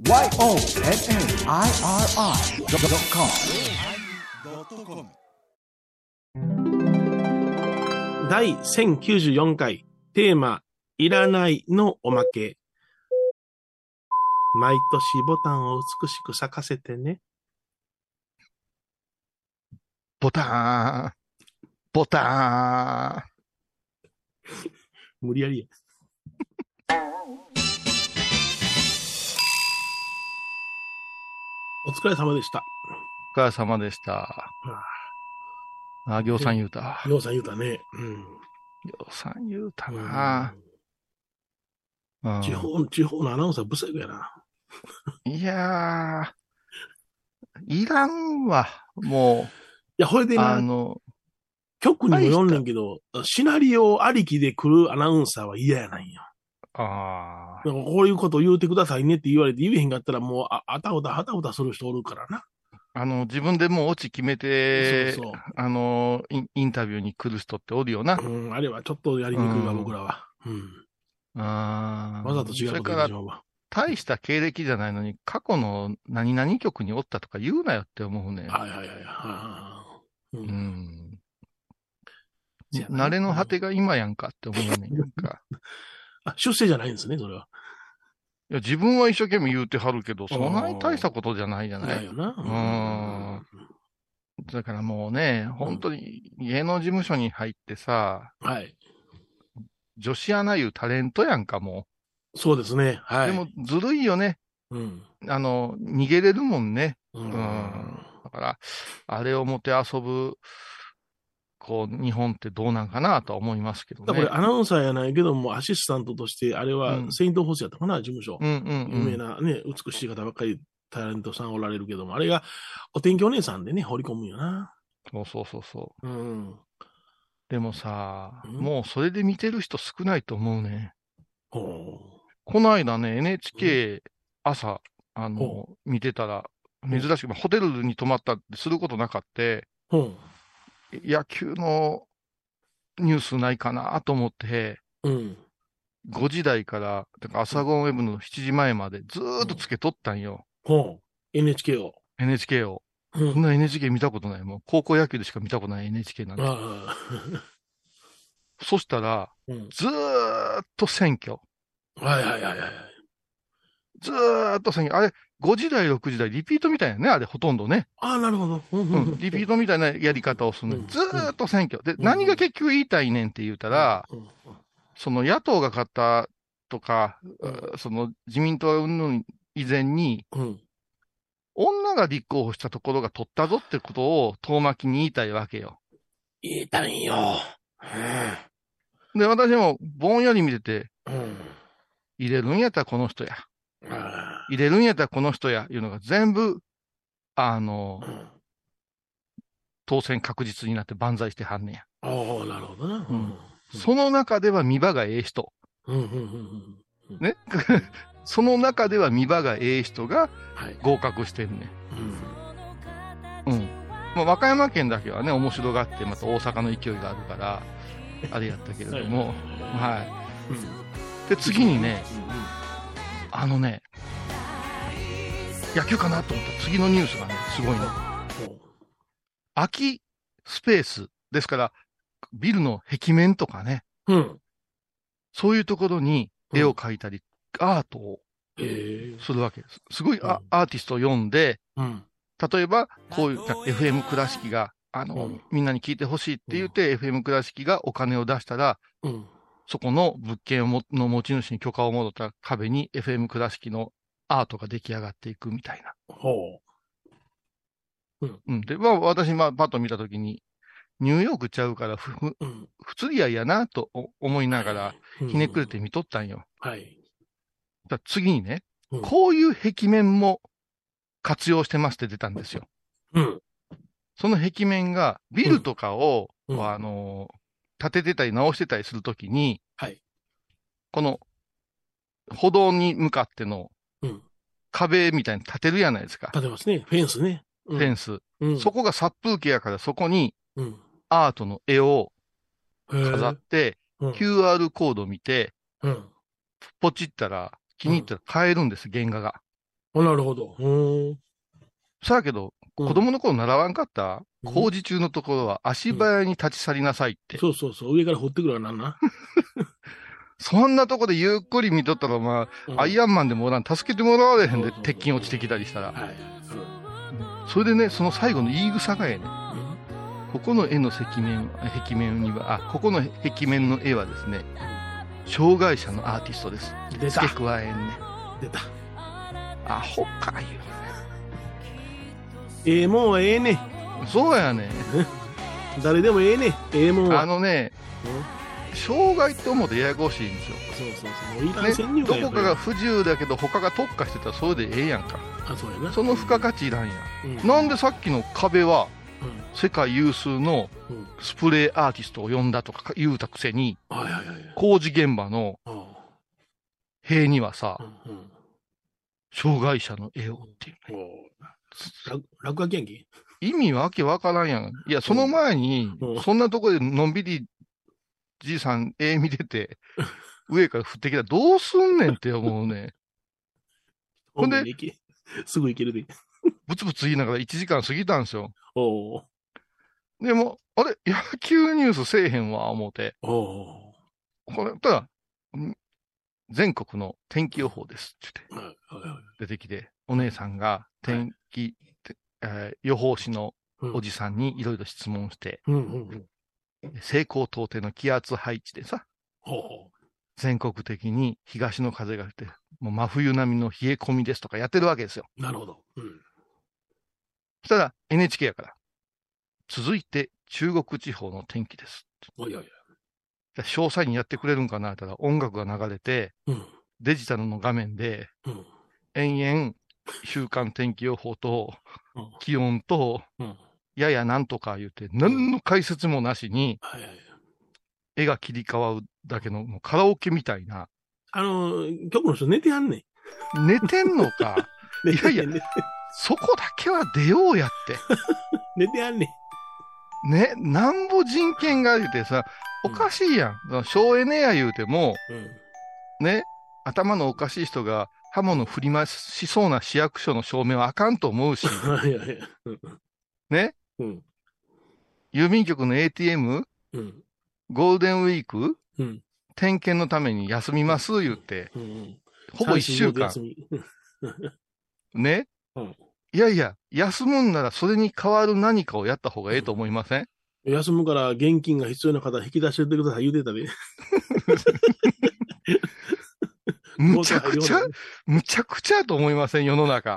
YONNIRI.com 第1094回テーマいらないのおまけ。毎年ボタンを美しく咲かせてね。 ボタン、ボタ無理やりや。お疲れ様でした。 お疲れ様でした。あ、行さん言うた。 行さん言うたね。 行さん言うたな。 地方のアナウンサー不正やな。 いやー、いらんわ、もう。 いや、ほいでな、局にも読んねんけど、シナリオありきで来るアナウンサーは嫌やないんよ。 ああ。 こういうことを言うてくださいねって言われて言えへんかったらもう、あたふたはたふたする人おるからな。 自分でもうオチ決めて、 そうインタビューに来る人っておるよな。 あれはちょっとやりにくいわ、僕らは。わざと違うこと言ってしまうわ。 大した経歴じゃないのに、過去の何々局におったとか言うなよって思うね。 はいはいはい。 慣れの果てが今やんかって思うねんか。 出世じゃないんですね、それは。 いや、自分は一生懸命言うてはるけど、そんなに大したことじゃないじゃない。 ないよな。 だからもうね、本当に芸能事務所に入ってさ、 はい。 女子アナいうタレントやんか、もう。そうですね。はい。 でもずるいよね。逃げれるもんね。だから、あれをもて遊ぶ、日本ってどうなんかなとは思いますけどね。 これアナウンサーやないけども、アシスタントとして、あれは、セイントホースやったかな、事務所。有名なね、美しい方ばっかりタレントさんおられるけども、あれがお天気お姉さんでね、放り込むよな。 そう。でもさ、もうそれで見てる人少ないと思うね。この間ね、NHK 朝、見てたら、珍しく、ホテルに泊まったってすることなかった。野球のニュースないかなと思って、5時台から、朝ゴンウェブの7時前までずーっとつけとったんよ。 NHK を。 NHK を。そんな NHK 見たことない。もう高校野球でしか見たことない NHK なんで。そしたら、ずーっと選挙。ずーっと選挙。あれ、5時台、6時台、リピートみたいなね、あれ、ほとんどね。 なるほど。 リピートみたいなやり方をするの。ずーっと選挙。で、何が結局言いたいねんって言うたら、その野党が勝ったとか、その自民党の以前に、女が立候補したところが取ったぞってことを遠巻きに言いたいわけよ。 言いたいんよ。 で、私もぼんやり見てて、入れるんやったらこの人や。入れるんやったらこの人や、いうのが全部、当選確実になって万歳してはんねや。 なるほどな。 その中では見場がええ人。ね。その中では見場がええ人が合格してんね。まあ、和歌山県だけはね、面白がって、また大阪の勢いがあるから、あれやったけれども、で、次にね、野球かなと思った次のニュースがね、すごいの。空きスペース。ですから、ビルの壁面とかね、そういうところに絵を描いたり、アートをするわけです。すごいアーティストを読んで、例えば、こういう FM 倉敷が、みんなに聞いてほしいって言って、FM 倉敷がお金を出したら、そこの物件の持ち主に許可をもらった壁に FM 倉敷のアートが出来上がっていくみたいな。で、私、パッと見たときに、ニューヨークちゃうから、不釣り合いやなと思いながら、ひねくれて見とったんよ。次にね、こういう壁面も活用してますって出たんですよ。その壁面が、ビルとかを、建ててたり直してたりするときに、この、歩道に向かっての、壁みたいに立てるやないですか。 立てますね。フェンスね。 フェンス。そこが殺風景やから、そこに、アートの絵を飾って、QR コード見て、ポチったら、気に入ったら買えるんです、原画が。 なるほど。 さあけど、子供の頃習わんかった、工事中のところは足早に立ち去りなさいって。 そうそうそう。上から降ってくるわなんな。 そんなとこでゆっくり見とったら、まあ、アイアンマンでもおらん、助けてもらわれへんで、鉄筋落ちてきたりしたら。それでね、その最後の言い草がやね、ここの絵の壁面には、ここの壁面の絵はですね、障害者のアーティストです。付け加えんね。 出た。 アホかよ。 もんはええね。 そうやね。 誰でもええね。もんは。 障害って思うとややこしいんですよ。 そうそうそう。いらん先入観や。 どこかが不自由だけど他が特化してたらそれでええやんか。 そうやな。 その付加価値いらんや。なんでさっきの壁は、世界有数のスプレーアーティストを呼んだとか言うたくせに、工事現場の塀にはさ、障害者の絵をっていう。 落書きやんけ。 意味わけわからんやん。いや、その前に、そんなとこでのんびりじいさん絵見てて、上から降ってきたらどうすんねんって思うね。ほんで、 すぐ行けるで。 ブツブツ言いながら1時間過ぎたんですよ。でも、あれ、野球ニュースせえへんわ、思うて。これ、ただ、全国の天気予報ですって言って、出てきて、お姉さんが天気、予報士のおじさんにいろいろ質問して、西高東低の気圧配置でさ、全国的に東の風が吹いて、もう真冬並みの冷え込みですとかやってるわけですよ。 なるほど。 そしたら NHK やから、続いて中国地方の天気です。詳細にやってくれるんかなって言ったら音楽が流れて、デジタルの画面で、延々週間天気予報と気温と、ややなんとか言うて、何の解説もなしに、絵が切り替わるだけのもうカラオケみたいな。 局の人寝てはんねん。寝てんのか。いやいや、そこだけは出ようやって。 寝てはんねん。ね、なんぼ人権が言うてさ、おかしいやん。省エネや言うても、ね、頭のおかしい人が刃物振り回しそうな市役所の証明はあかんと思うし。ね、郵便局の ATM、ゴールデンウィーク、点検のために休みます言って、ほぼ1週間。ね、いやいや、休むんならそれに代わる何かをやった方がええと思いません？ 休むから現金が必要な方引き出しておいてください言うてたで。 むちゃくちゃと思いません、世の中。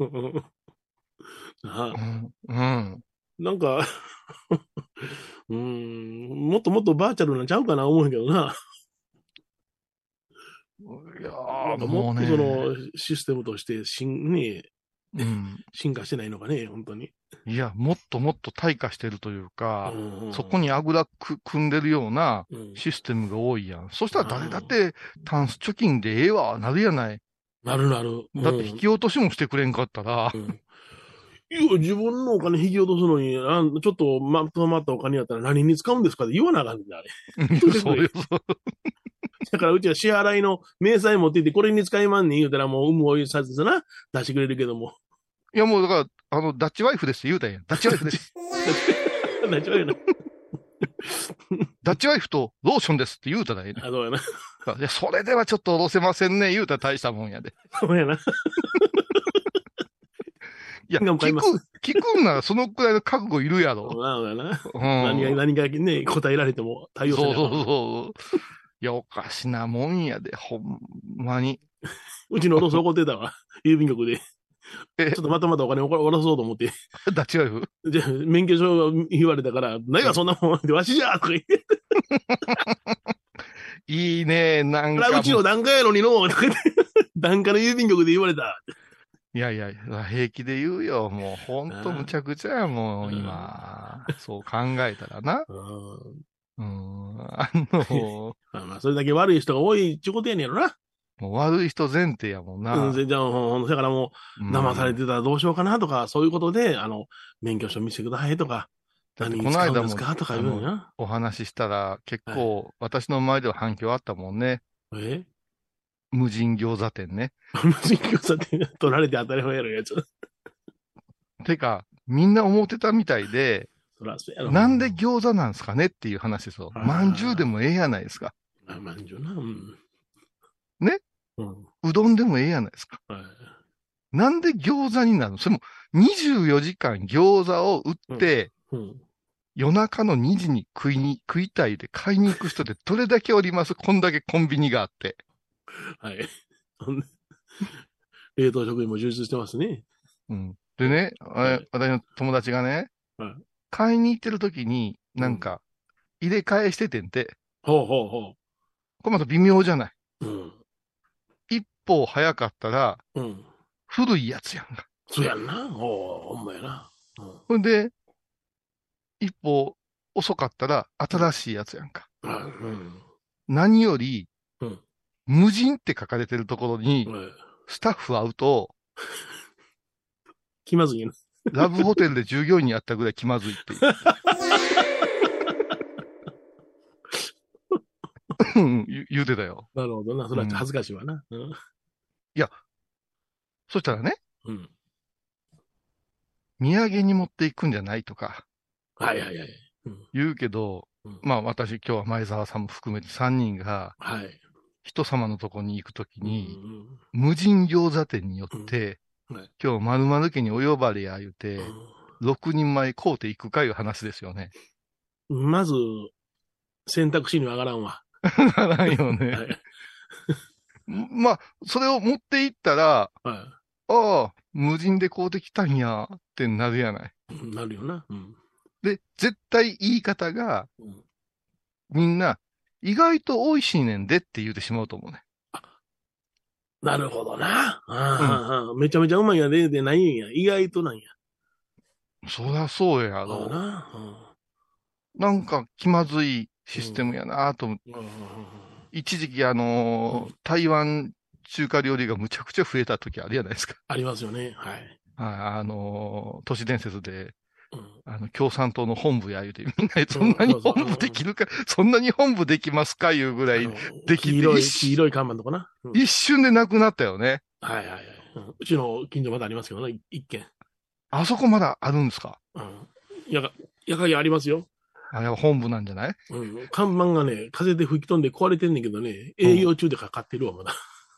なんかもっともっとバーチャルなんちゃうかな思うんけどな。 いやもっとそのシステムとして進化してないのかね、本当に。 いや、もっともっと退化してるというか、そこにあぐら組んでるようなシステムが多いやん。そしたら誰だってタンス貯金でええわ、なるやない。 なるなる。 だって引き落としもしてくれんかったら。 いや、自分のお金引き落とすのに、ちょっとまとまったお金やったら何に使うんですかって言わなあかんねん、あれ。 そうよ。 だからうちは支払いの明細持っていって、これに使いまんねん言うたらもうおいさずな、出してくれるけども。 いやもうだから、ダッチワイフですって言うたんや。ダッチワイフです。 ダッチワイフな。 ダッチワイフとローションですって言うたらええね。 そうやな。 いや、それではちょっと下ろせませんね、言うたら大したもんやで。 そうやな。 いや、聞くんならそのくらいの覚悟いるやろ。 そうやな。何がね、答えられても対応せない。 そう。いや、おかしなもんやで、ほんまに。 うちのお父さん怒ってたわ。郵便局で。ちょっとまたまたお金下ろそうと思って。 ダッチワイフじゃ免許証言われたから、何がそんなもんでわしじゃとか言って。 いいね、なんか。 うちの檀家やのにの、とか言って。檀家の郵便局で言われた。 いやいや、平気で言うよ。もう、ほんとむちゃくちゃや、もう、今。そう考えたらな。 まあ、それだけ悪い人が多いってことやねんやろな。 もう悪い人前提やもんな。 じゃあ、だからもう、騙されてたらどうしようかなとか、そういうことで、免許証見せてくださいとか、何に使うんですかとか言うんや。 お話ししたら、結構、私の前では反響あったもんね。 無人餃子店ね。 無人餃子店取られて当たり前やろ、やつ。 てか、みんな思ってたみたいで、なんで餃子なんすかねっていう話ですよ。まんじゅうでもええやないですか。 まんじゅうな。うん、 ね、うん、うどんでもええやないですか。なんで餃子になるの？それも24時間餃子を売って、夜中の2時に食いたいで買いに行く人でどれだけおります？こんだけコンビニがあって。 はい。冷凍食品も充実してますね。 うん。でね、私の友達がね、買いに行ってる時に、なんか、入れ替えしててんて。 ほうほうほう。 これまた微妙じゃない。一歩早かったら、古いやつやんか。 そうやんな。ほんまやな。 ほんで、一歩遅かったら、新しいやつやんか。何より、無人って書かれてるところに、スタッフ会うと、 気まずいよ。 ラブホテルで従業員に会ったぐらい気まずいっていう。言うてたよ。 なるほどな。それは恥ずかしいわな。 いや、そしたらね、土産に持っていくんじゃないとか、 はいはいはい。 言うけど、まあ私今日は前澤さんも含めて3人が、人様のとこに行くときに、無人餃子店によって、今日〇〇家にお呼ばれや言うて、6人前買うていくかいう話ですよね。 まず、選択肢には上がらんわ。 上がらんよね。まあ、それを持っていったら、ああ、無人で買うてきたんやってなるやない。 なるよな。 で、絶対言い方が、みんな、意外と美味しいねんでって言うてしまうと思うね。 なるほどな。めちゃめちゃうまいやでないんや。意外となんや。 そりゃそうやろ。なんか気まずいシステムやなと思って。一時期台湾中華料理がむちゃくちゃ増えた時あるじゃないですか。 ありますよね。はい。 都市伝説で、共産党の本部や言うて、みんなそんなに本部できるか、そんなに本部できますかいうぐらいできて、 黄色い看板とかな。 一瞬でなくなったよね。 はいはいはい。うちの近所まだありますけどね、一軒。 あそこまだあるんですか？ やかりありますよ。 あれは本部なんじゃない？ 看板がね、風で吹き飛んで壊れてんねんけどね、営業中でかかってるわ、まだ。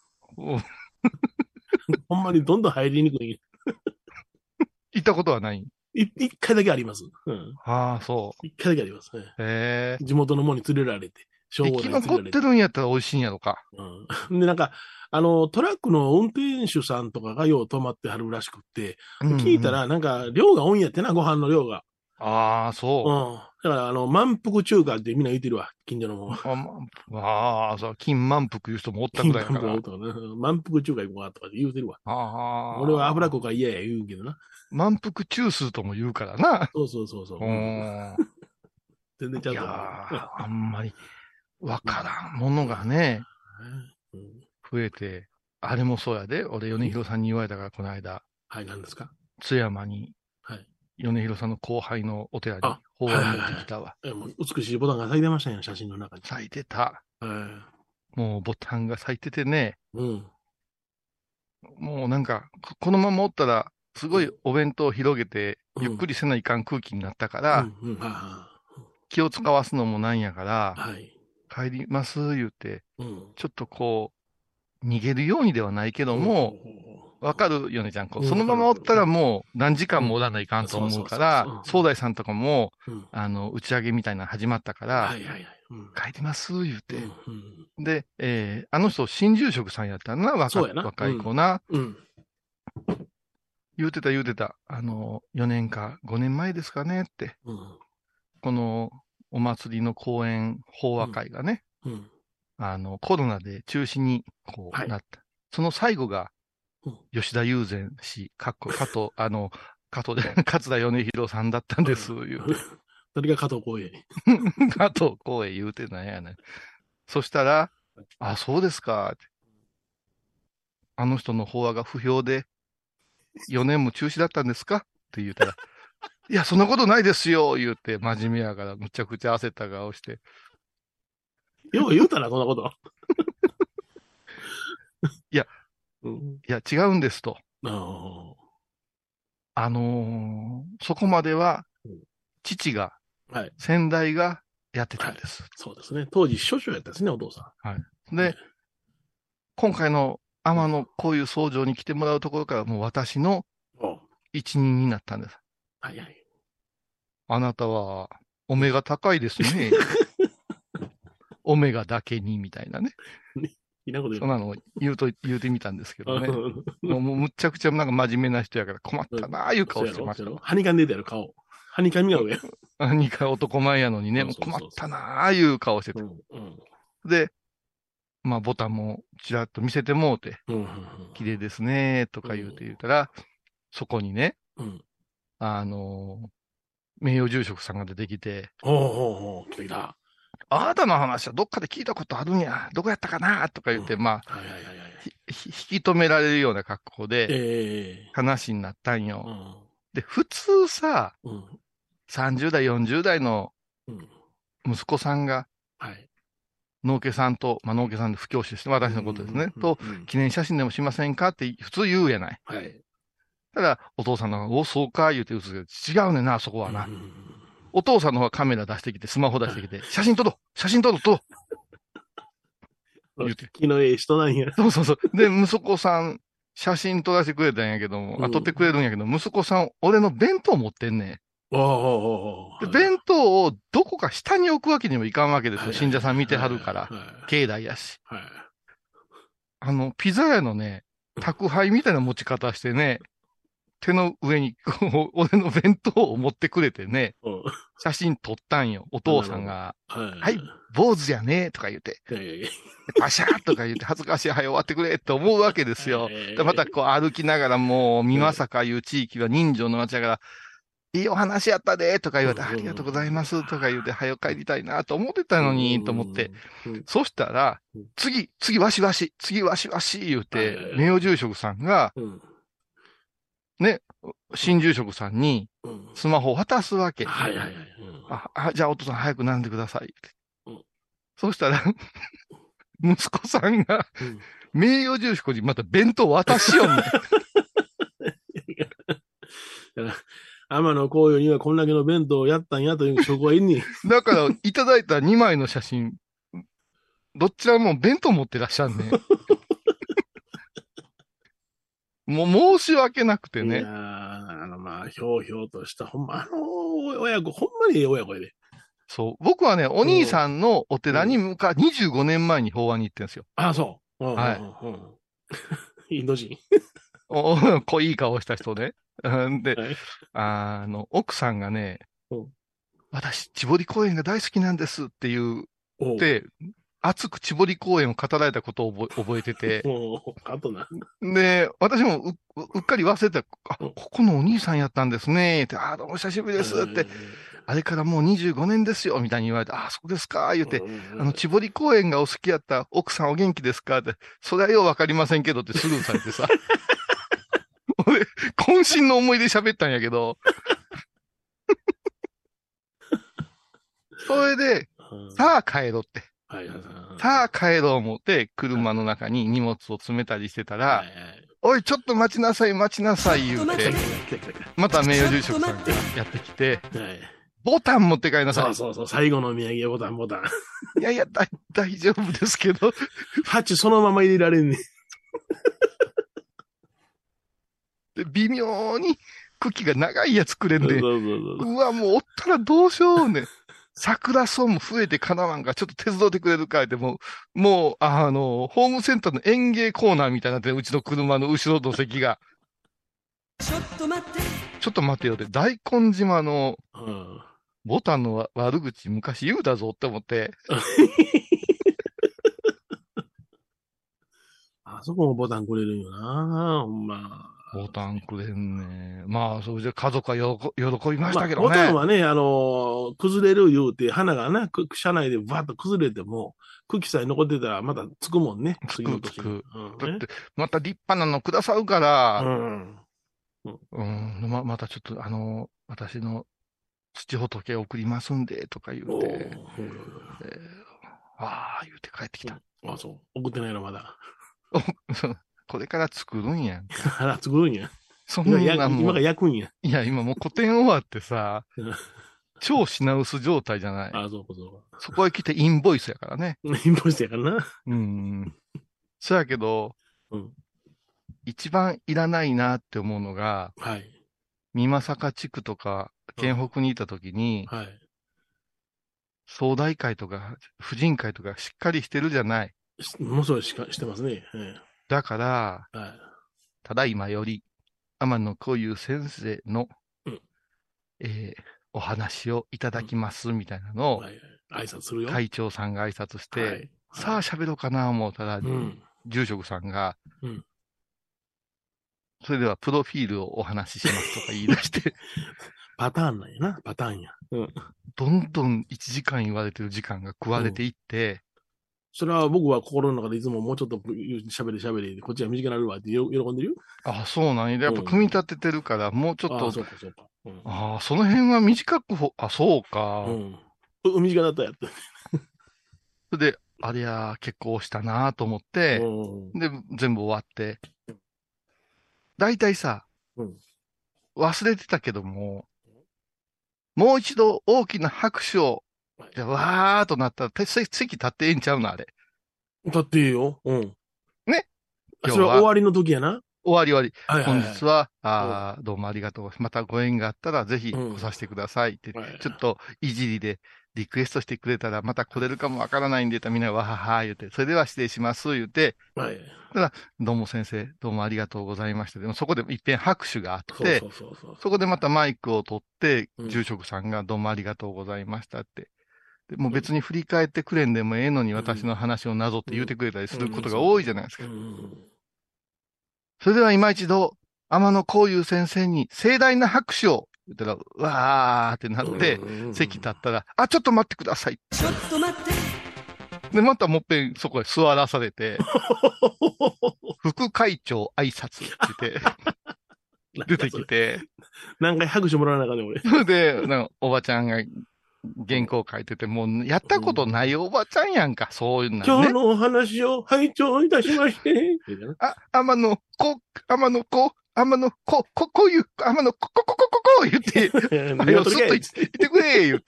ほんまにどんどん入りにくい。 行ったことはない？ 一回だけあります。 ああ、そう。 一回だけありますね。 へえ。 地元のものに連れられて、 生き残ってるんやったら美味しいんやろか。 で、なんか、トラックの運転手さんとかがよう泊まってはるらしくって、聞いたら、なんか、量が多いんやってな、ご飯の量が。 ああ、そう。 だから、満腹中華ってみんな言ってるわ、近所のも。 そう、金満腹いう人もおったぐらいから。 満腹中華行こうかとか言うてるわ。俺は脂っこから嫌や言うけどな。 満腹中枢とも言うからな。 そう。全然ちゃうと思う。 あんまりわからんものがね、増えて、あれもそうやで。俺、米広さんに言われたから、この間。 はい、何ですか？ 津山に、米広さんの後輩のお寺に法案持ってきたわ。 美しいボタンが咲いてましたよ、写真の中に。 咲いてた。もうボタンが咲いててね。もうなんか、このままおったら、すごいお弁当を広げて、ゆっくりせないかん空気になったから、気を使わすのもなんやから、帰ります言うて、ちょっとこう、逃げるようにではないけども、わかるよねちゃん。そのままおったらもう何時間もおらないかんと思うから、総大さんとかも、打ち上げみたいなの始まったから、帰ります言うて。で、あの人、新住職さんやったな、若い子な。言うてた。4年か5年前ですかねって。このお祭りの公演、法話会がね、コロナで中止にこうなった。その最後が、吉田友禅氏、加藤桂米広さんだったんです、言うて。 それが加藤光栄。 加藤光栄言うてなんやね。そしたら、あ、そうですか。あの人の法話が不評で、4年も中止だったんですかって言うたら、いや、そんなことないですよ、言うて、真面目やから、むちゃくちゃ焦った顔して。 よう言うたな、こんなこと。 いや、 うん、 いや、違うんですと。そこまでは、父が、はい、先代がやってたんです。はい、 そうですね。当時、少々やったですね、お父さん。はい。で、今回の天のこういう僧正に来てもらうところからもう私の一人になったんです。はいはい。あなたは、お目が高いですね。オメガだけに、みたいなね。そんなのを言うてみたんですけどね。もうむっちゃくちゃなんか真面目な人やから困ったなあいう顔してました。 はにかんでたやろ、顔。はにかみ顔や。 はにか男前やのにね、もう困ったなあいう顔してて。で、まあボタンもちらっと見せてもうて、綺麗ですねとか言うたら、そこにね、名誉住職さんが出てきて、 来てきた。 あなたの話はどっかで聞いたことあるんや。どこやったかなとか言って、まあ、引き止められるような格好で、話になったんよ。で、普通さ、30代、40代の息子さんが、農家さんと、まあ農家さんで布教師して私のことですね。と、記念写真でもしませんかって普通言うやない。ただ、お父さんの方が、お、そうか、言うて打つけど、違うねんな、そこはな。お父さんの方がカメラ出してきて、スマホ出してきて、写真撮ろう写真撮ろう言うて。気のええ人なんや。 そうそうそう。で、息子さん、写真撮らせてくれたんやけども、撮ってくれるんやけど、息子さん、俺の弁当持ってんねん。で弁当をどこか下に置くわけにもいかんわけですよ。信者さん見てはるから。境内やし。ピザ屋のね、宅配みたいな持ち方してね、手の上に俺の弁当を持ってくれてね、写真撮ったんよ。お父さんが。はい、坊主やね、とか言って。パシャーとか言って恥ずかしい、はい、終わってくれって思うわけですよ。でまたこう歩きながらもう、美作いう地域は人情の町だから、いいお話やったで、とか言われて、ありがとうございます、とか言うて、早く帰りたいなと思ってたのに、と思って。そしたら、次、わし、言うて、名誉住職さんが、ね、新住職さんに、スマホを渡すわけ。じゃあお父さん早く並んでください。そうしたら、息子さんが、名誉住職にまた弁当渡しよんねん。 天野幸雄にはこんだけの弁当をやったんやという証拠はいんに。 だから、いただいた2枚の写真、どちらも弁当持ってらっしゃんね。もう申し訳なくてね。 いやまあ、ひょうひょうとした、ほんま、親子、ほんまにええ親子やで。 そう。僕はね、お兄さんのお寺に25年前に法話に行ってんですよ。 あ、そう。 はい。 インド人。 濃い顔した人ね。で、奥さんがね、私、千堀公園が大好きなんですって言って、熱く千堀公園を語られたことを覚えてて。で、私もうっかり忘れて、ここのお兄さんやったんですね。って、どうも久しぶりですって。あれからもう25年ですよ、みたいに言われて、そうですか、言って、千堀公園がお好きやった奥さんお元気ですかって、それはようわかりませんけどってスルーされてさ。俺、渾身の思い出喋ったんやけど。それで、さあ帰ろうって。さあ帰ろう思って、車の中に荷物を詰めたりしてたら、おい、ちょっと待ちなさい、言うて、また名誉住職さんがやってきて、ボタン持って帰りなさい。 そう、最後のお土産ボタン。 いや、大丈夫ですけど。 鉢そのまま入れられんねん。 で、微妙に茎が長いやつくれんで、うわ、もうおったらどうしようね。桜草も増えてかなわんか、ちょっと手伝ってくれるかって、もう、ホームセンターの園芸コーナーみたいになって、うちの車の後ろの席が。ちょっと待ってよって、大根島のボタンの悪口昔言うだぞって思って。 あそこもボタンくれるんよな、ほんま。 ボタンくれんね。まあ、それで家族は喜びましたけどね。 ボタンはね、崩れる言うて、花がね、車内でバッと崩れても、茎さえ残ってたらまたつくもんね。 つく。だって、また立派なのくださるから、またちょっと私の土仏送りますんで、とか言うて、言うて帰ってきた。 そう。送ってないのまだ。 これから作るんやん。 作るんや。 そんなもん。 今が焼くんや。 いや、今もう個展終わってさ、超品薄状態じゃない。 あ、そうかそうか。 そこへ来てインボイスやからね。 インボイスやからな。 そやけど、一番いらないなって思うのが、 はい。 美作地区とか、県北にいたときに、 はい。 総大会とか、婦人会とかしっかりしてるじゃない。 ものすごいしてますね。 だから、 はい。 ただいまより、天野幸雄先生の、お話をいただきますみたいなのを、 挨拶するよ。 会長さんが挨拶して、さあ喋ろうかな思うたら、住職さんが、それではプロフィールをお話ししますとか言い出して。 パターンなんやな、パターンや。 どんどん1時間言われてる時間が食われていって、 それは僕は心の中でいつももうちょっと喋れ、こっちは短くなるわって喜んでるよ。 あ、そうなんや。やっぱ組み立ててるから、もうちょっと。 あ、そうか、そうか。 その辺は短くそうか。 短だったやって。 それで、ありゃ、結構したなと思って、で、全部終わって。大体さ、忘れてたけども、もう一度大きな拍手を、じゃわーっとなったら、席立ってええんちゃうのあれ。 立っていいよ。 ね。 それは終わりの時やな。 終わり。本日は、どうもありがとう。またご縁があったら、ぜひ来させてくださいって、ちょっといじりでリクエストしてくれたら、また来れるかもわからないんで、みんなわはは言うて、それでは失礼します、言うて、ただ、どうも先生、どうもありがとうございました。でもそこで一遍拍手があって、そこでまたマイクを取って、住職さんがどうもありがとうございましたって。でもう別に振り返ってくれんでもええのに私の話をなぞって言うてくれたりすることが多いじゃないですか。それでは今一度、天野幸雄先生に盛大な拍手を言ったら、わーってなって、席立ったら、ちょっと待ってください。ちょっと待って。で、またもっぺんそこへ座らされて、副会長挨拶って言って、出てきて。 何回拍手もらわなかったね、俺。 それで、おばちゃんが原稿書いてて、もうやったことないおばちゃんやんか、そういうのね。 今日のお話を拝聴いたしまして。 天野こういう、言って、すっと言ってくれ、言って。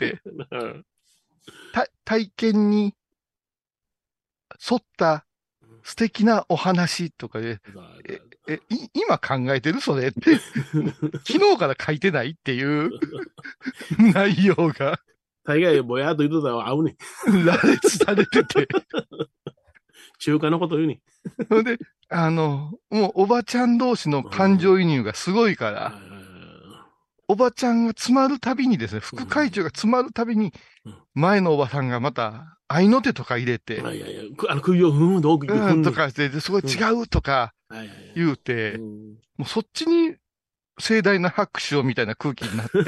体験に沿った素敵なお話とかで、今考えてるそれって。昨日から書いてないっていう内容が。 大概ぼやっと言うとたら合うねん。羅列されてて。 中華のこと言うねん。で、もうおばちゃん同士の感情移入がすごいから、おばちゃんが詰まるたびにですね、副会長が詰まるたびに、前のおばさんがまた、愛の手とか入れて、 首を踏むと奥に踏んとかして、すごい違うとか言うて、もうそっちに盛大な拍手をみたいな空気になって、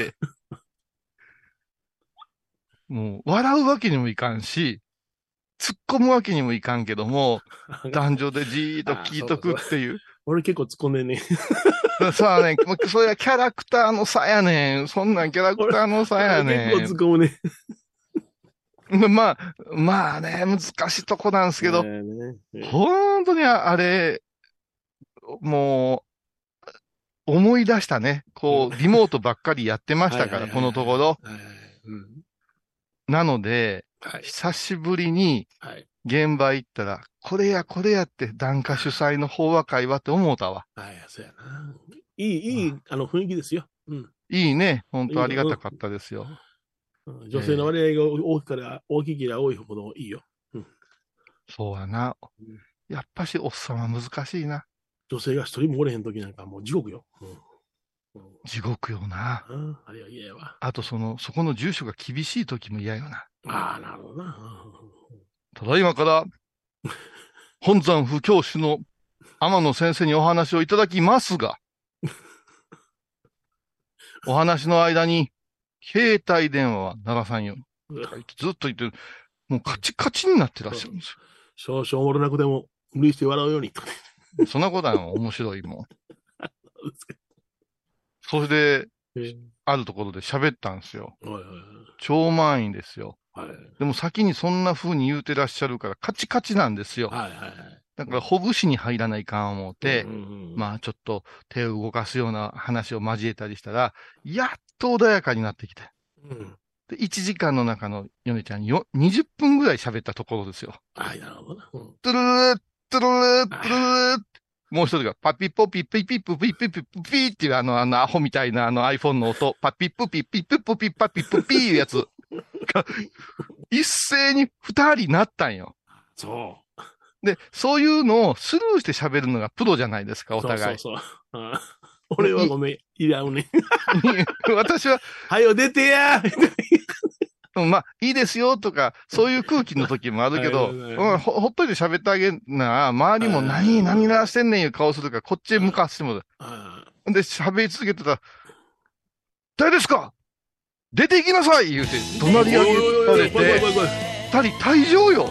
もう笑うわけにもいかんし、突っ込むわけにもいかんけども、男女でじーっと聞いとくっていう。 俺結構突っ込んでんね。 さあね、それはキャラクターの差やねん。そんなんキャラクターの差やねん。 結構突っ込むね。 まあね、難しいとこなんですけど、本当にあれ、もう、思い出したね。こう、リモートばっかりやってましたから、このところ。なので、久しぶりに、現場行ったら、これやって檀家主催の法話会話って思うたわ。 そうやな。いい、雰囲気ですよ。 いいね。本当ありがたかったですよ。 女性の割合が大きければ多いほどいいよ。 そうやな。やっぱしおっさんは難しいな。 女性が一人もおれへん時なんかもう地獄よ。 地獄よな。 あれは嫌やわ。 あとそこの住所が厳しい時も嫌よな。 なるほどな。 ただいまから、本山不教師の天野先生にお話をいただきますが、お話の間に、携帯電話は鳴らさんように。ずっと言ってる。もうカチカチになってらっしゃるんですよ。少々おもろなくても、無理して笑うように。 そんなことは面白いもん。それで、あるところで喋ったんですよ。超満員ですよ。でも先にそんな風に言うてらっしゃるからカチカチなんですよ。 だから、ほぐしに入らないかん思って、まあ、ちょっと手を動かすような話を交えたりしたら、やっと穏やかになってきて。で、1時間の中の米ちゃんに20分ぐらい喋ったところですよ。 はい、なるほど。 トゥルルー、トゥルルー、トゥルルー。もう一人が、パピッポピッピッピップピッピッピッピッピーっていうアホみたいなiPhone の音、パピップピッピッピッピッパピップピーいうやつが、一斉に二人なったんよ。 そう。 で、そういうのをスルーして喋るのがプロじゃないですか、お互い。 そう。俺はごめん、いらんね。 私は、 はよ出てやまあ、いいですよとか、そういう空気の時もあるけど、ほっといて喋ってあげんな、周りも何らしてんねんいう顔するから、こっちへ向かわせてもらう。で、喋り続けてたら、誰ですか出て行きなさい言うて、怒鳴り上げられて、二人退場よ。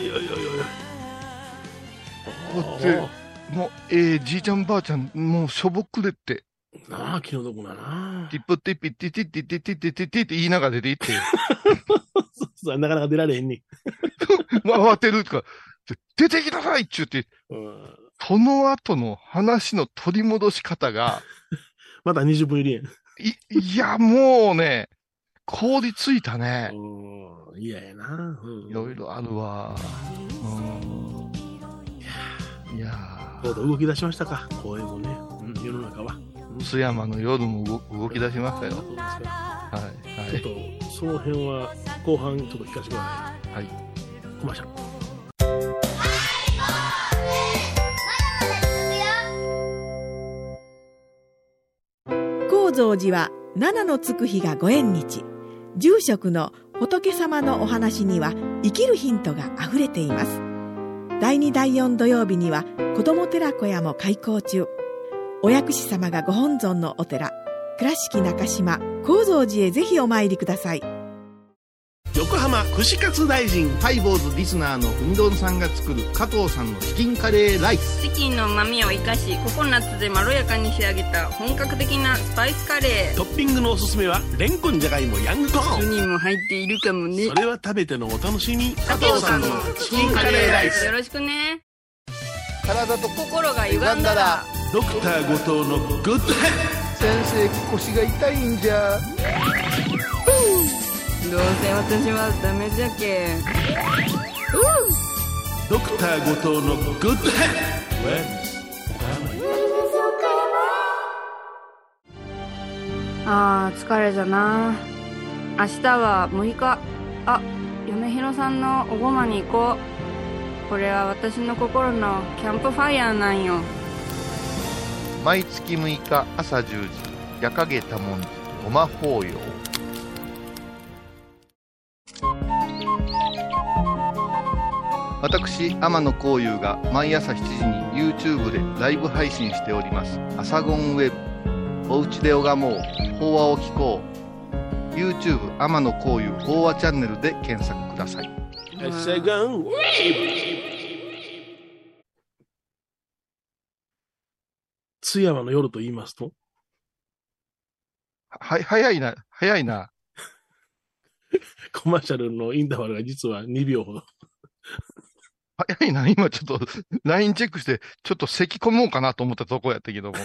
だって、もう、じいちゃんばあちゃん、もうしょぼくれって。 なあ、気の毒だな。 ティップティッピッティティッティッティッティッティッティッティって言いながら出て行って。 そう、なかなか出られへんね。 慌てるとか、出てきなさいっちゅうて、その後の話の取り戻し方が、 まだ20分入りやん。 いや、もうね、凍りついたね。 嫌やな。 いろいろあるわ。いやー。動き出しましたか、公園もね、世の中は。 津山の夜も動き出しましたよ。そうですか。 はい。ちょっと、その辺は後半ちょっと聞かせてください。はい。コマーシャル。 高蔵寺は七のつく日がご縁日。住職の仏様のお話には生きるヒントがあふれています。第2第4土曜日には子ども寺小屋も開校中。お薬師様がご本尊のお寺、倉敷中島・高蔵寺へぜひお参りください。 横浜串カツ大臣ハイボーズリスナーのうみどんさんが作る加藤さんのチキンカレーライス。 チキンの旨味を生かしココナッツでまろやかに仕上げた本格的なスパイスカレー。 トッピングのおすすめはレンコン、じゃがいも、ヤングコーン。 1人も入っているかもね。 それは食べてのお楽しみ。 加藤さんのチキンカレーライス、よろしくね。 体と心が歪んだらドクター後藤のグッドヘッド。 先生、腰が痛いんじゃ。 どうせ私はダメじゃけ。 ドクター後藤のグッドヘッド。あー疲れじゃな。明日は6日。あ、米広さんのおごまに行こう。これは私の心のキャンプファイヤーなんよ。 毎月6日朝10時、夜影多文字ごま法要。私、天野幸雄が毎朝7時に YouTube でライブ配信しております。アサゴンウェブ。おうちで拝もう。法話を聞こう。YouTube 天野幸雄法話チャンネルで検索ください。 アサゴンウェブ。津山の夜と言いますと、 早いな。 コマーシャルのインターバルが実は2秒ほど。 早いな。今ちょっと LINE チェックして、ちょっと咳込もうかなと思ったとこやったけども。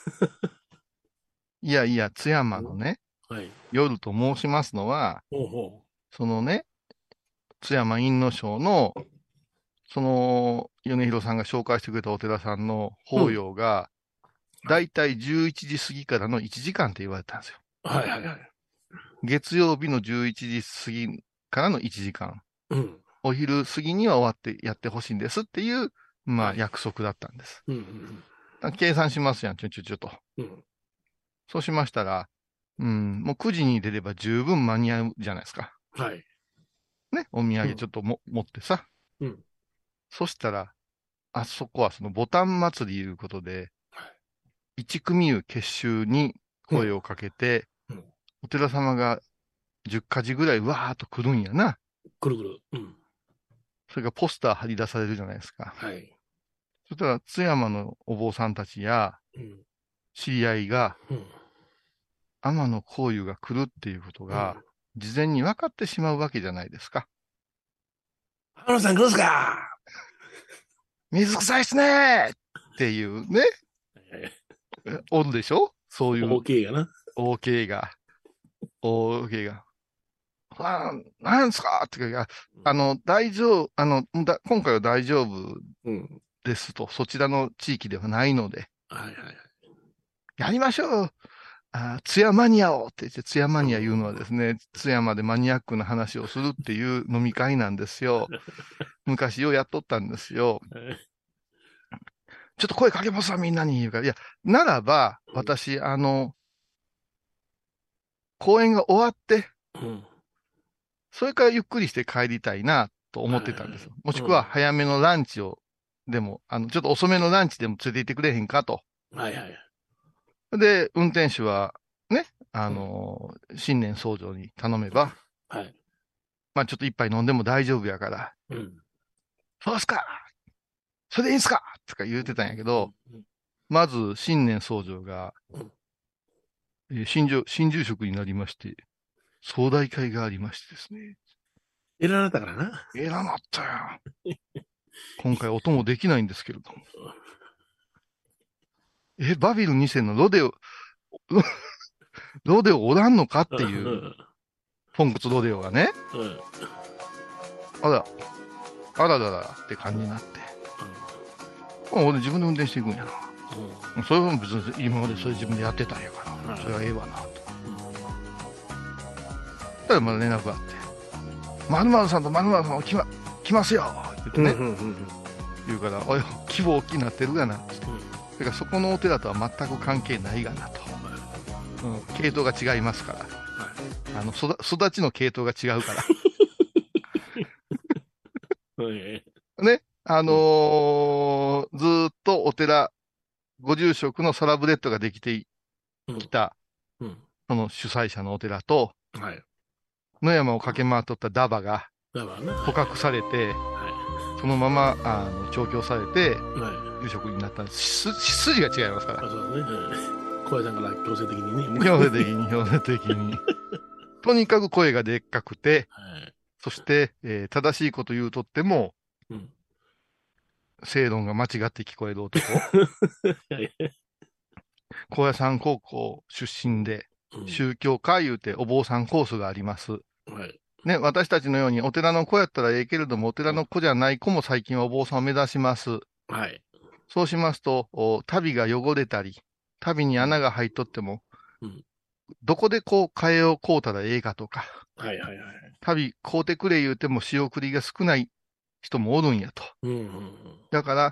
いや、津山のね、夜と申しますのは、そのね、津山院の章の、その、米広さんが紹介してくれたお寺さんの法要が、だいたい11時過ぎからの1時間って言われたんですよ。月曜日の11時過ぎからの1時間。お昼過ぎには終わってやってほしいんですっていう、まあ約束だったんです。計算しますやん、ちょと。そうしましたら、もう9時に出れば十分間に合うじゃないですか。ね、お土産ちょっと持ってさ。そしたら、あそこはそのボタン祭りいうことで、一組湯結集に声をかけて、お寺様が10か時ぐらいわーっと来るんやな。 来る。 それがポスター貼り出されるじゃないですか。そしたら津山のお坊さんたちや、知り合いが、天野幸雄が来るっていうことが、事前に分かってしまうわけじゃないですか。 天野さん来るんすか水臭いっすねっていうね。おるでしょそういう。 OK がな。 OK が。OK が。なんすかってか、大丈夫、今回は大丈夫ですと、そちらの地域ではないので。 はいはい。 やりましょう。津山マニアをって言って、津山マニア言うのはですね、津山でマニアックな話をするっていう飲み会なんですよ。昔ようやっとったんですよ。ちょっと声かけますわ、みんなに言うから。いや、ならば、私、公演が終わって、それからゆっくりして帰りたいな、と思ってたんですよ。もしくは、早めのランチを、でも、ちょっと遅めのランチでも連れて行ってくれへんかと。 はいはい。 で、運転手は、ね、新年早々に頼めば、 はい。 まあちょっと一杯飲んでも大丈夫やから、そうっすかそれでいいんすかとか言うてたんやけど、まず、新年早々が、新住職になりまして、総大会がありましてですね。 偉なったからな。 偉なったよ。今回音もできないんですけれども。バビル2世のロデオおらんのかっていう、ポンコツロデオがね。あららって感じになって。俺自分で運転していくんやな。それも別に今までそれ自分でやってたんやから、それはええわなと。ただまだ連絡があって、〇〇さんと〇〇さん来ますよって言ってね。言うから、おい、規模大きくなってるがなって。だからそこのお寺とは全く関係ないがなと。系統が違いますから。育ちの系統が違うから。ね。ずーっとお寺、ご住職のサラブレッドができてきた、その主催者のお寺と、野山を駆け回っとったダバが捕獲されて、そのまま調教されて、住職になったんです。筋が違いますから。 そうですね。小屋さんから強制的にね。 強制的に。とにかく声がでっかくて、そして、正しいこと言うとっても、正論が間違って聞こえる男。高野山高校出身で、宗教家言うてお坊さんコースがあります。ね、私たちのようにお寺の子やったらええけれども、お寺の子じゃない子も最近はお坊さんを目指します。そうしますと、足袋が汚れたり、足袋に穴が入っとっても、どこでこう替えを買うたらええかとか、足袋買うてくれ言うても仕送りが少ない人もおるんやと。だから、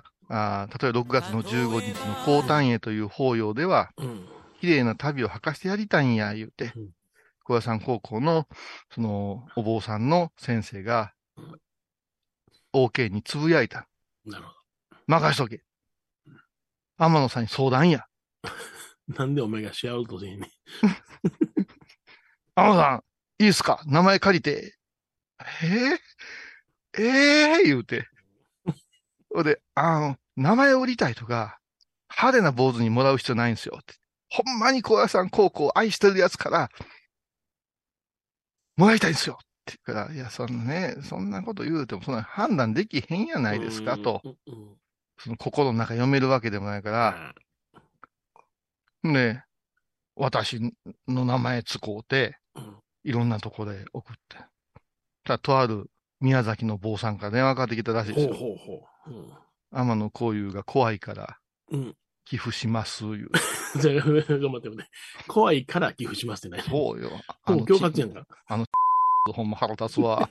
例えば6月の15日の高丹会という法要では、綺麗な足袋を履かしてやりたいんや、言うて、高野山高校の、その、お坊さんの先生が、OK につぶやいた。 なるほど。 任しとけ。天野さんに相談や。 なんでお前がし合うとせんねん。 天野さん、いいっすか名前借りて。言うて。で、名前を売りたいとか、派手な坊主にもらう必要ないんですよって。ほんまに高野山高校を愛してるやつから、もらいたいんですよって言うから、いや、そんなこと言うても、そんな判断できへんやないですかと。その心の中読めるわけでもないから、ね、私の名前使うて、いろんなとこで送って。とある宮崎の坊さんから電話かかってきたらしいですよ。天野幸雄が怖いから、寄付します、言う。 じゃあ、頑張ってね。怖いから寄付しますってね。 そうよ。 恐喝やんか。 ほんま腹立つわ。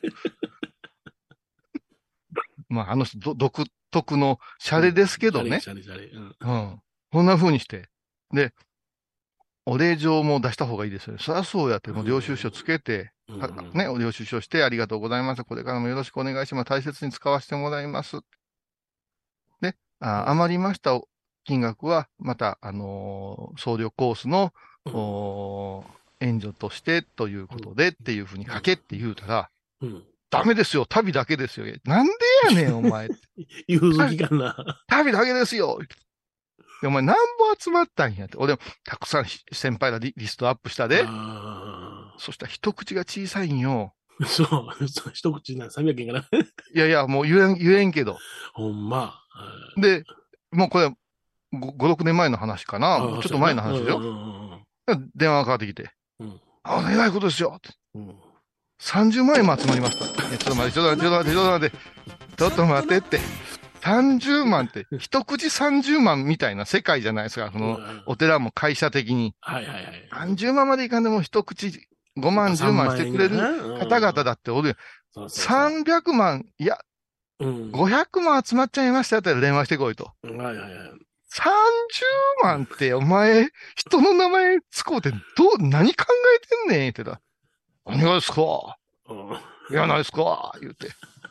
まあ、人独特のシャレですけどね。 シャレ。 こんな風にして。で、お礼状も出した方がいいですよね。そりゃそうやって、もう領収書つけて、ね、お領収書してありがとうございます。これからもよろしくお願いします。大切に使わせてもらいます。で、余りました金額は、また、僧侶コースの、援助としてということでっていうふうに書けって言うたら、ダメですよ。旅だけですよ。なんでやねん、お前。 融通きかな。 旅だけですよ。お前、なんぼ集まったんやって。俺も、たくさん先輩らリストアップしたで。そしたら一口が小さいんよ。 そう、一口な、300円かな。 いや、もう言えんけど。 ほんま。 で、もうこれ、5、6年前の話かな。ちょっと前の話でしょ。電話がかかってきて。えらいことですよ。30万円も集まりました。ちょっと待って、ちょっと待ってって。30万って、一口30万みたいな世界じゃないですか。その、お寺も会社的に。30万までいかんでも一口5万、10万してくれる方々だっておる。300万、いや、500万集まっちゃいましたよって電話してこいと。30万って、お前、人の名前使うて、何考えてんねんって言ったら、何がですかいや、ないですか言うて。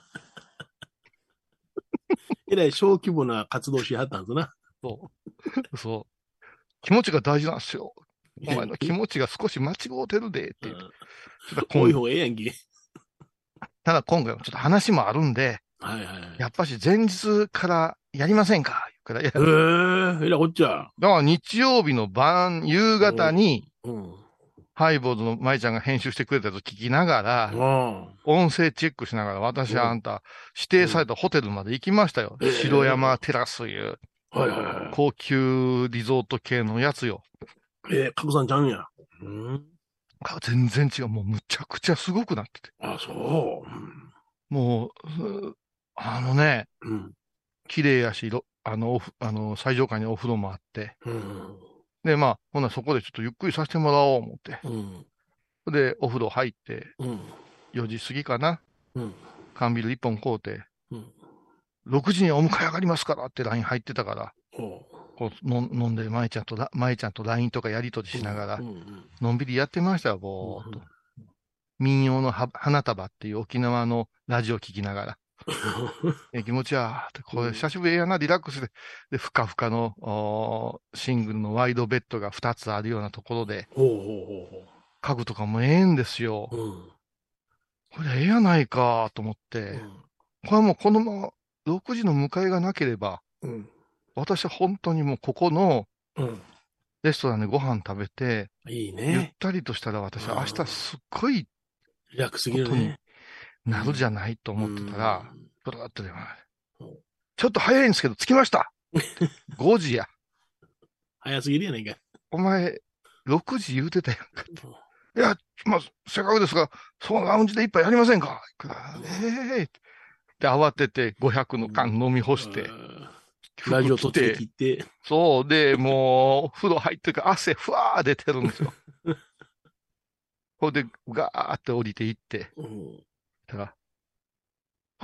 えらい小規模な活動しはったんですな。 そう。気持ちが大事なんですよ。お前の気持ちが少し間違うてるで、って言って。 こういう方がええやんけ。 ただ今回はちょっと話もあるんで、やっぱし前日からやりませんかからやえらこっちゃ。 だから日曜日の夕方に、ハイボーズの舞ちゃんが編集してくれたと聞きながら、音声チェックしながら、私はあんた、指定されたホテルまで行きましたよ。城山テラスいう、高級リゾート系のやつよ。 カクさんちゃうんや。 全然違う。もうむちゃくちゃすごくなってて。 そう。 もう、綺麗やし、最上階にお風呂もあって。で、まあ、ほなそこでちょっとゆっくりさせてもらおう思って。で、お風呂入って、4時過ぎかな。缶ビール1本買うて、6時にお迎え上がりますからって LINE 入ってたから、こう飲んで、舞ちゃんと LINE とかやりとりしながら、のんびりやってましたよ、ぼーっと。民謡の花束っていう沖縄のラジオ聞きながら。気持ちやーって、これ久しぶりやな、リラックスで。で、ふかふかのシングルのワイドベッドが2つあるようなところで、家具とかもええんですよ。これええやないかと思って、これはもうこのまま6時の迎えがなければ、私は本当にもうここのレストランでご飯食べて、ゆったりとしたら私は明日すっごいリラックスすぎるね。 なるじゃないと思ってたら、ブラーっとちょっと早いんですけど、着きました5時や。 早すぎるやないか。 お前、6時言うてたやんか。いや、まあ、せっかくですが、そのラウンジで一杯やりませんかで、慌てて500の缶飲み干して、 ラジオ取って切って。 そう、で、もう、風呂入ってから汗ふわー出てるんですよ。ほんで、ガーって降りていって、だから、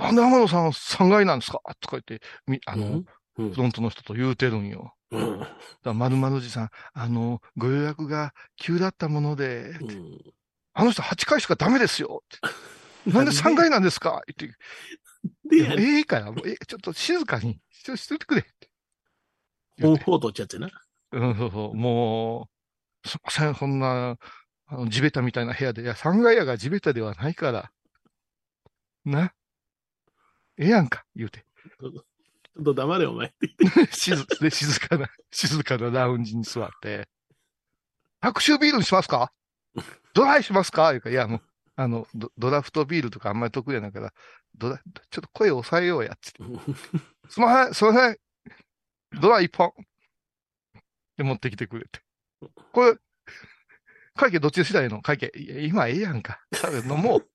なんで天野さん3階なんですかとか言って、フロントの人と言うてるんよ。〇〇寺さん、ご予約が急だったもので、あの人8階しかダメですよ。なんで3階なんですか言って。ええから、ちょっと静かにしといてくれ。 オンフォートっちゃってな。 そう、もう、すいません、そんな、地べたみたいな部屋で、いや、3階屋が地べたではないから、な。ええやんか、言うて。 ちょっと黙れ、お前。 静かなラウンジに座って、白州ビールにしますかドライしますかいうか、いや、もう、ドラフトビールとかあんまり得意やないから、ちょっと声抑えようや、つって。すいません。ドライ1本。で、持ってきてくれて。これ、会計どっちでしたらいいの会計。いや、今ええやんか。飲もう。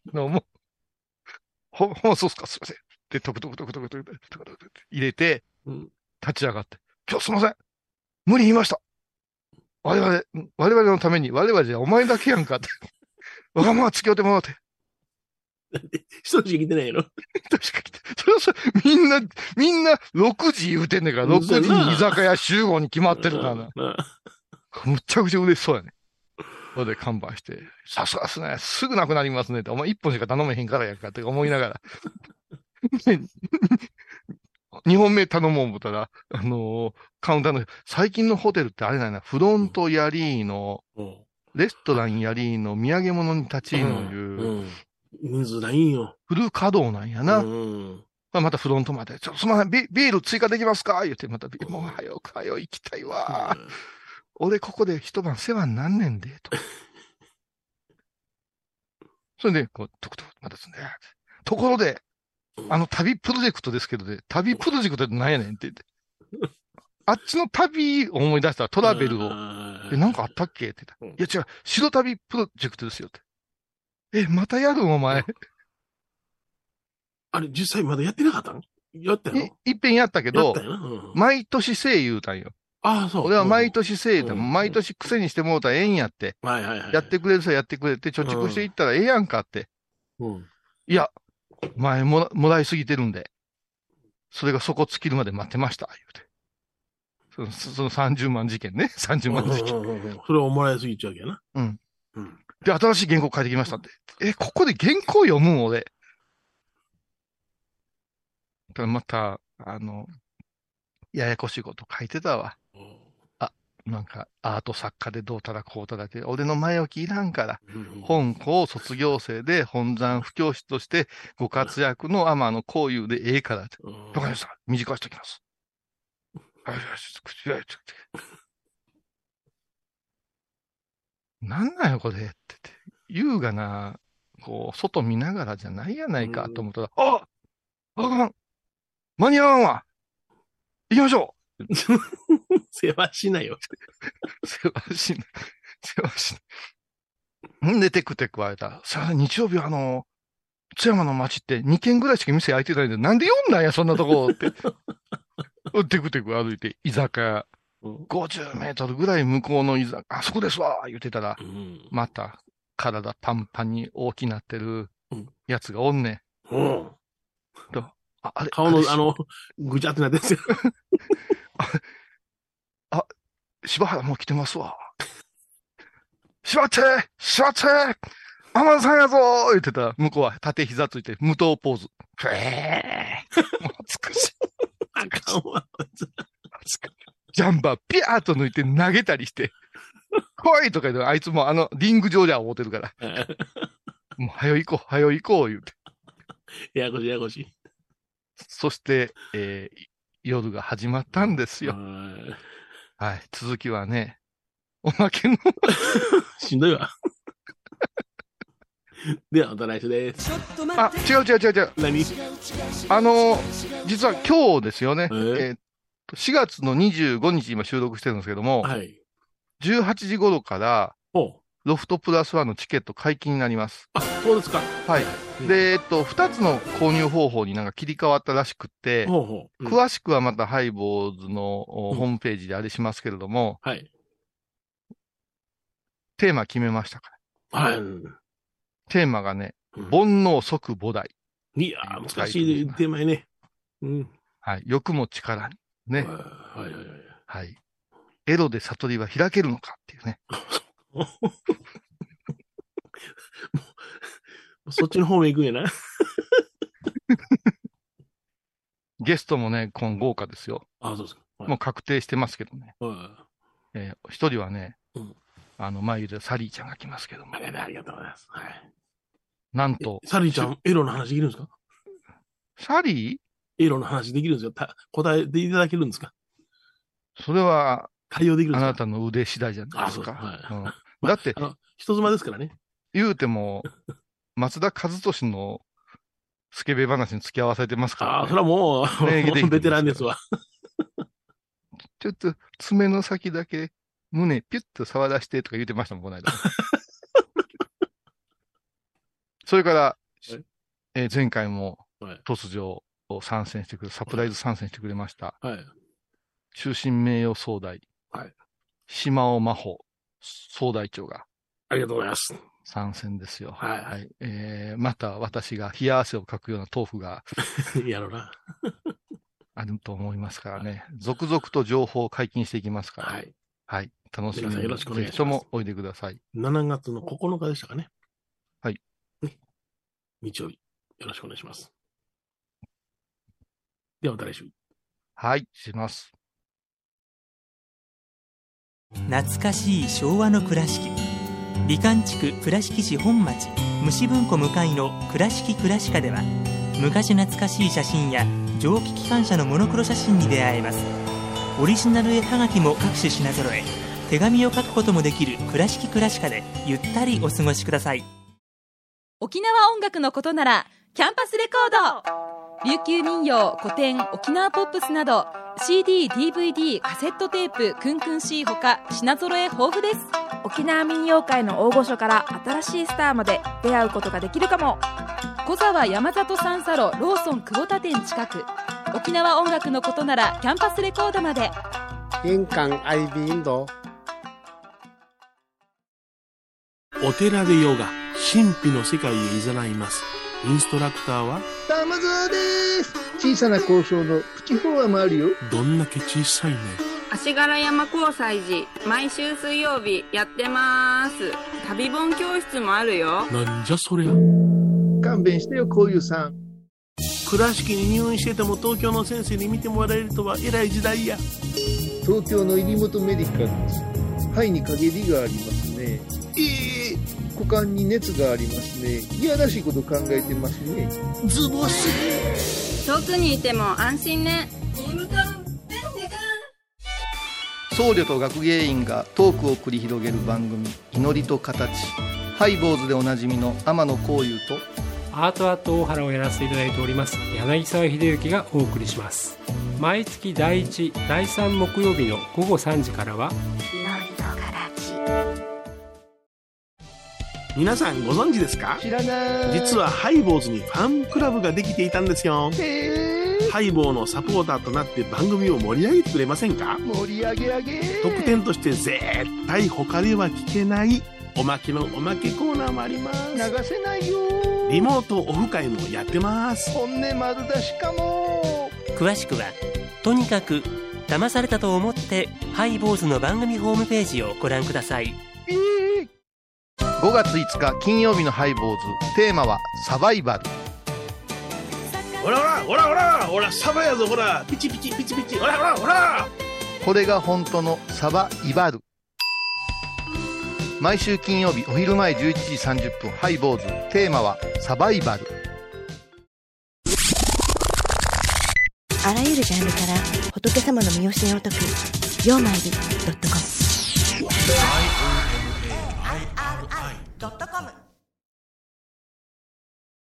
そうっすか、すいません。で、トクトク入れて、立ち上がって。今日すいません。無理言いました。我々のために、我々じゃお前だけやんかって。わがまま付き合ってもらって。 一人しか来てないやろ。 一人しか来て。みんな6時言うてんねんから、6時に居酒屋集合に決まってるからな。むっちゃくちゃ嬉しそうやね。それで看板して、さすがっすね。すぐなくなりますねって。お前1本しか頼めへんからやんかって思いながら。2本目頼もう思ったら、カウンターの、最近のホテルってあれなんやな、フロントやりーの、レストランやりーの土産物に立ちーのいう、 人数ないんよ。 フル稼働なんやな。またフロントまで、すみません、ビール追加できますか言って、またもう早く行きたいわ。俺ここで一晩世話になんねんで、と。それで、こう、トクトク、またですね。ところで、 旅プロジェクトですけどね、旅プロジェクトって何やねんって言って。あっちの旅を思い出したらトラベルを。なんかあったっけって言った。いや違う、白旅プロジェクトですよって。またやるんお前。 あれ、実際まだやってなかったの？やったよ。 いっぺんやったけど、毎年せえ言うたんよ。 ああ、そう。 俺は毎年せえ言うたん。毎年癖にしてもうたらええんやって。やってくれるさ、やってくれて、貯蓄していったらええやんかって。いや、前もらいすぎてるんで、それが底尽きるまで待ってました、言うて。その30万事件ね。30万事件。 それをもらいすぎちゃうわけやな。 で、新しい原稿書いてきましたって。ここで原稿読むん俺。また、ややこしいこと書いてたわ。なんか、アート作家でどうたらこうたらって、俺の前置きいらんから、本校卒業生で本山布教師としてご活躍の天野幸雄でええからって。わかりました。短くしときます。なんなんよ、これって。優雅な、外見ながらじゃないやないかと思ったら、あかん間に合わんわ行きましょう世話しないよ。 世話しない。んで、テクテク言われた。さあ、日曜日は津山の町って2軒ぐらいしか店開いてないんで、なんで読んだんや、そんなとこって。テクテク歩いて、居酒屋。50メートルぐらい向こうの居酒屋、あそこですわ言ってたら、また、体パンパンに大きなってるやつがおんねん。あれ顔のぐちゃってなってるんですよ。 柴原もう来てますわ。しまって天野さんやぞー言ってたら、向こうは縦膝ついて、無刀ポーズ。もう美しい。 あかんわ。 ジャンバーピャーっと抜いて投げたりして、来いとか言うと、あいつもリング上では思ってるから。もう、早行こう、言うて。 ややこしい。 そして、夜が始まったんですよ。はい。続きはね、おまけの。 しんどいわ。では、また来週です。 違う。 何？ 実は今日ですよね。4月の25日今収録してるんですけども、18時頃から、ロフトプラスワンのチケット解禁になります。 あ、そうですか。 はい。で、2つの購入方法になんか切り替わったらしくって、詳しくはまたハイボーズのホームページであれしますけれども、テーマ決めましたから。テーマがね、煩悩即菩提。 いやー、難しいテーマやね。 はい。欲も力に。ね。はい。エロで悟りは開けるのかっていうね。 そっちの方面行くんやな。 ゲストもね、今豪華ですよ。 あ、そうですか。 もう確定してますけどね。一人はね、前でサリーちゃんが来ますけども。 ありがとうございます。はい。 なんと。 サリーちゃん、エロの話できるんですか？ サリー？ エロの話できるんですか？答えていただけるんですか？ それは、 対応できるんですか？ あなたの腕次第じゃないですか。だって、 人妻ですからね。 言うても、松田和俊のスケベ話に付き合わせてますから、ね。 それはもう、ベテランですわ。 ちょっと、爪の先だけ、胸ピュッと触らしてとか言ってましたもん、この間。それから、前回も突如参戦してくれ、サプライズ参戦してくれました。中心名誉総代。島尾真帆総代長が。 ありがとうございます。 参戦ですよ。また私が冷や汗をかくような豆腐が。 やろうな。 あると思いますからね。続々と情報を解禁していきますから。はい。楽しみに。 よろしくお願いします。 ぜひともおいでください。 7月の9日でしたかね。 はい。 日曜日。よろしくお願いします。ではまた来週。 はい、します。 懐かしい昭和の倉敷。美観地区倉敷市本町虫文庫向かいの倉敷倉歯科では、昔懐かしい写真や蒸気機関車のモノクロ写真に出会えます。オリジナル絵はがきも各種品揃え、手紙を書くこともできる倉敷倉歯科でゆったりお過ごしください。 沖縄音楽のことならキャンパスレコード。 琉球民謡、古典、沖縄ポップスなど CD、DVD、カセットテープ、クンクン C ほか品揃え豊富です。 沖縄民謡界の大御所から新しいスターまで出会うことができるかも。 小沢山里三佐路ローソン久保田店近く。沖縄音楽のことならキャンパスレコードまで。 印港 IB 印度。 お寺でヨガ、神秘の世界へ誘います。インストラクターは玉沢です。小さな交渉のプチフォアもあるよ。 どんだけ小さいね。 足柄山交際時毎週水曜日やってます。旅本教室もあるよ。 なんじゃそりゃ。 勘弁してよ、こういうさん。 倉敷に入院してても東京の先生に見てもらえるとは偉い時代や。 東京の入本メディカルです。肺に陰りがありますね。股間に熱がありますね。いやらしいこと考えてますね。 ズボス。 遠くにいても安心ね。 僧侶と学芸員がトークを繰り広げる番組、祈りと形。ハイ坊主でおなじみの天野幸雄とアートアート大原をやらせていただいております柳沢秀幸がお送りします。毎月第1、第3木曜日の午後3時からは皆さんご存知ですか？ 知らない。 実はハイボーズにファンクラブができていたんですよ。ハイボーのサポーターとなって番組を盛り上げてくれませんか？ 盛り上げ上げ。 特典として絶対他では聞けないおまけのおまけコーナーもあります。 流せないよ。 リモートオフ会もやってます。 本音丸出しかも。 詳しくはとにかく騙されたと思ってハイボーズの番組ホームページをご覧ください。 5月5日金曜日のハイボーズ、テーマはサバイバル。 ほらほらほらほらほら、サバやぞ、ほらピチピチピチピチ、ほらほらほら。 これが本当のサバイバル。毎週金曜日お昼前11時30分、ハイボーズ、テーマはサバイバル。 あらゆるジャンルから仏様の身教えを解く曜マイル.com